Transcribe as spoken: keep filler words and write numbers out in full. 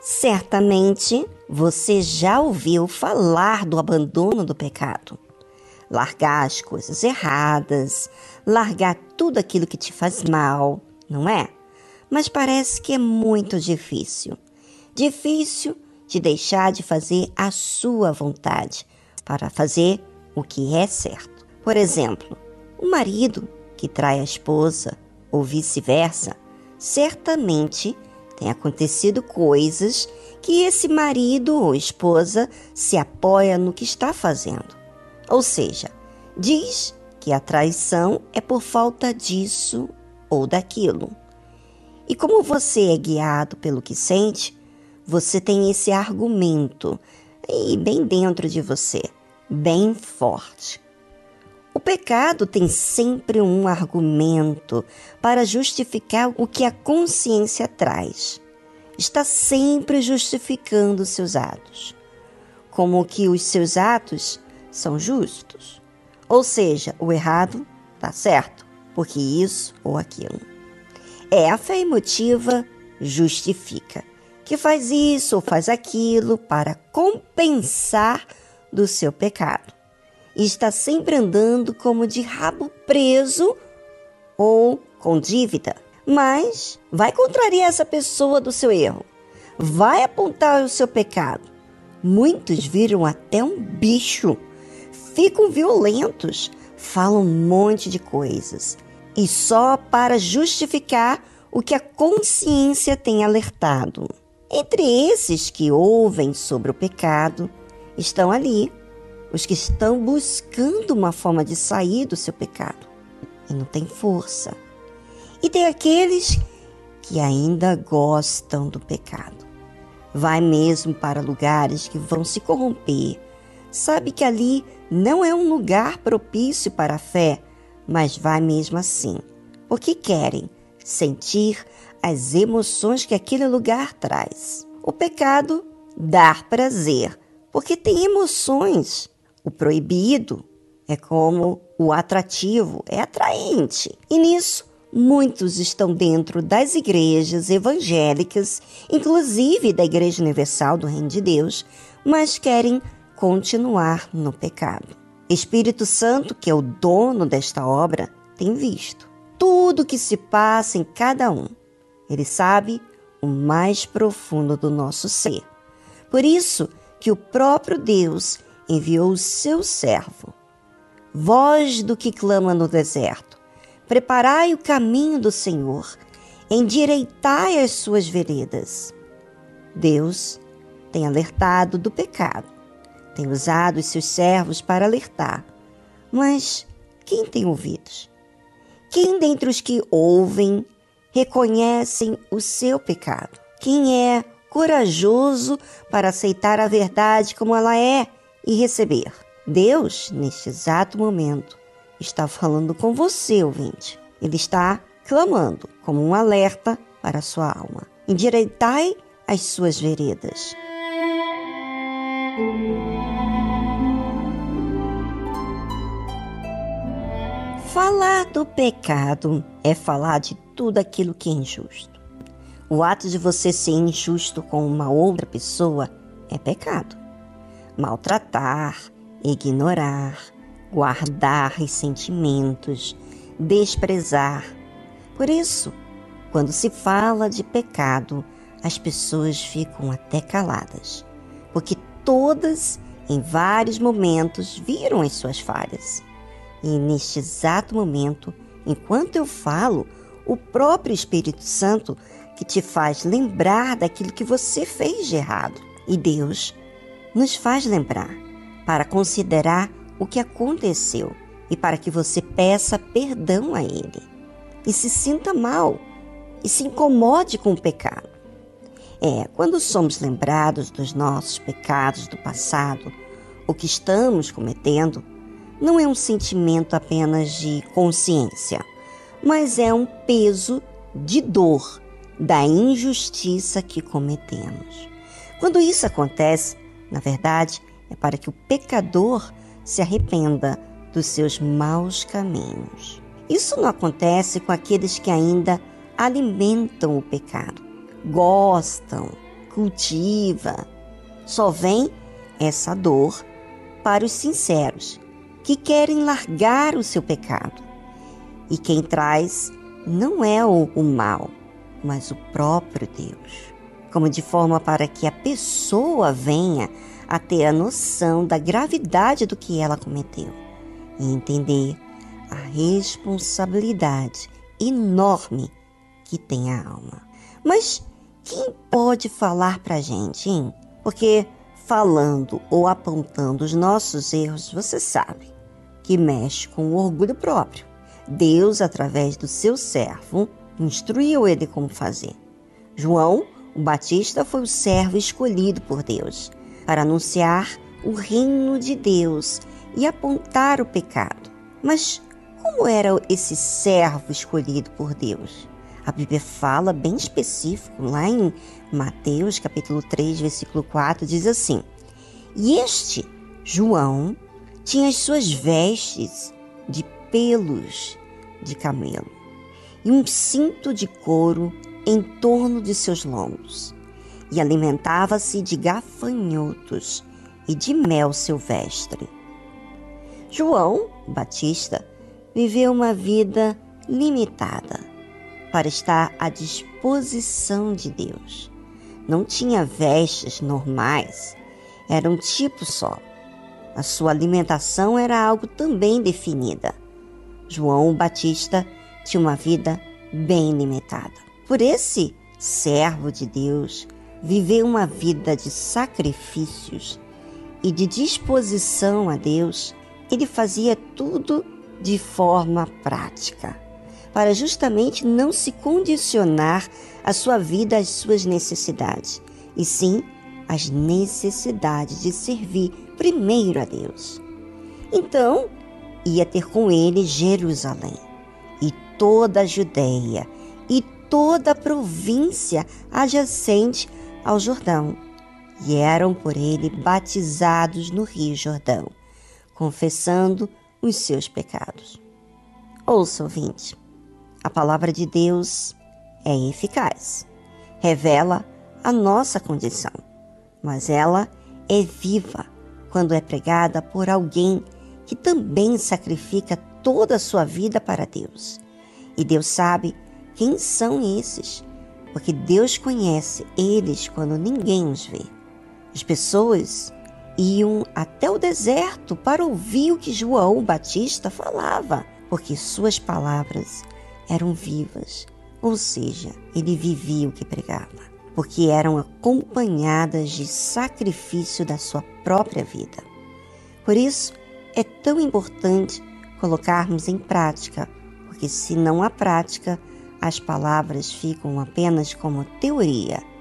Certamente você já ouviu falar do abandono do pecado. Largar as coisas erradas, largar tudo aquilo que te faz mal, não é? Mas parece que é muito difícil. Difícil de deixar de fazer a sua vontade para fazer o que é certo. Por exemplo, o marido que trai a esposa ou vice-versa, certamente tem acontecido coisas que esse marido ou esposa se apoia no que está fazendo. Ou seja, diz que a traição é por falta disso ou daquilo. E como você é guiado pelo que sente, você tem esse argumento aí bem dentro de você, bem forte. O pecado tem sempre um argumento para justificar o que a consciência traz. Está sempre justificando seus atos, como que os seus atos são justos. Ou seja, o errado está certo, porque isso ou aquilo. É, a fé emotiva justifica, que faz isso ou faz aquilo para compensar do seu pecado. E está sempre andando como de rabo preso ou com dívida. Mas vai contrariar essa pessoa do seu erro. Vai apontar o seu pecado. Muitos viram até um bicho. Ficam violentos. Falam um monte de coisas. E só para justificar o que a consciência tem alertado. Entre esses que ouvem sobre o pecado, estão ali os que estão buscando uma forma de sair do seu pecado e não tem força. E tem aqueles que ainda gostam do pecado. Vai mesmo para lugares que vão se corromper. Sabe que ali não é um lugar propício para a fé, mas vai mesmo assim, porque querem sentir as emoções que aquele lugar traz. O pecado dá prazer, porque tem emoções. O proibido é como o atrativo, é atraente. E nisso, muitos estão dentro das igrejas evangélicas, inclusive da Igreja Universal do Reino de Deus, mas querem continuar no pecado. Espírito Santo, que é o dono desta obra, tem visto tudo que se passa em cada um. Ele sabe o mais profundo do nosso ser. Por isso que o próprio Deus enviou o seu servo, voz do que clama no deserto, preparai o caminho do Senhor, endireitai as suas veredas. Deus tem alertado do pecado, tem usado os seus servos para alertar, mas quem tem ouvidos? Quem dentre os que ouvem reconhecem o seu pecado? Quem é corajoso para aceitar a verdade como ela é e receber? Deus, neste exato momento, está falando com você, ouvinte. Ele está clamando como um alerta para a sua alma. Endireitai as suas veredas. Falar do pecado é falar de tudo aquilo que é injusto. O ato de você ser injusto com uma outra pessoa é pecado. Maltratar, ignorar, guardar ressentimentos, desprezar. Por isso, quando se fala de pecado, as pessoas ficam até caladas, porque todas, em vários momentos, viram as suas falhas. E neste exato momento, enquanto eu falo, o próprio Espírito Santo que te faz lembrar daquilo que você fez de errado. E Deus nos faz lembrar para considerar o que aconteceu e para que você peça perdão a Ele e se sinta mal e se incomode com o pecado. É, quando somos lembrados dos nossos pecados do passado, o que estamos cometendo, não é um sentimento apenas de consciência, mas é um peso de dor da injustiça que cometemos. Quando isso acontece, na verdade, é para que o pecador se arrependa dos seus maus caminhos. Isso não acontece com aqueles que ainda alimentam o pecado, gostam, cultiva. Só vem essa dor para os sinceros, que querem largar o seu pecado. E quem traz não é o, o mal, mas o próprio Deus. Como de forma para que a pessoa venha a ter a noção da gravidade do que ela cometeu e entender a responsabilidade enorme que tem a alma. Mas quem pode falar pra gente, hein? Porque falando ou apontando os nossos erros, você sabe que mexe com o orgulho próprio. Deus, através do seu servo, instruiu ele como fazer. João, o Batista, foi o servo escolhido por Deus para anunciar o reino de Deus e apontar o pecado. Mas como era esse servo escolhido por Deus? A Bíblia fala bem específico, lá em Mateus capítulo três, versículo quatro, diz assim: E este, João, tinha as suas vestes de pelos de camelo e um cinto de couro em torno de seus lombos, e alimentava-se de gafanhotos e de mel silvestre. João Batista viveu uma vida limitada para estar à disposição de Deus. Não tinha vestes normais, era um tipo só. A sua alimentação era algo também definida. João Batista tinha uma vida bem limitada. Por esse servo de Deus viver uma vida de sacrifícios e de disposição a Deus, ele fazia tudo de forma prática, para justamente não se condicionar a sua vida às suas necessidades, e sim às necessidades de servir primeiro a Deus. Então, ia ter com ele Jerusalém, e toda a Judéia, e toda a província adjacente ao Jordão, e eram por ele batizados no Rio Jordão, confessando os seus pecados. Ouça, ouvinte, a palavra de Deus é eficaz, revela a nossa condição, mas ela é viva quando é pregada por alguém que também sacrifica toda a sua vida para Deus. E Deus sabe quem são esses, porque Deus conhece eles quando ninguém os vê. As pessoas iam até o deserto para ouvir o que João Batista falava, porque suas palavras eram vivas, ou seja, ele vivia o que pregava, porque eram acompanhadas de sacrifício da sua própria vida. Por isso, é tão importante colocarmos em prática, porque se não há prática, as palavras ficam apenas como teoria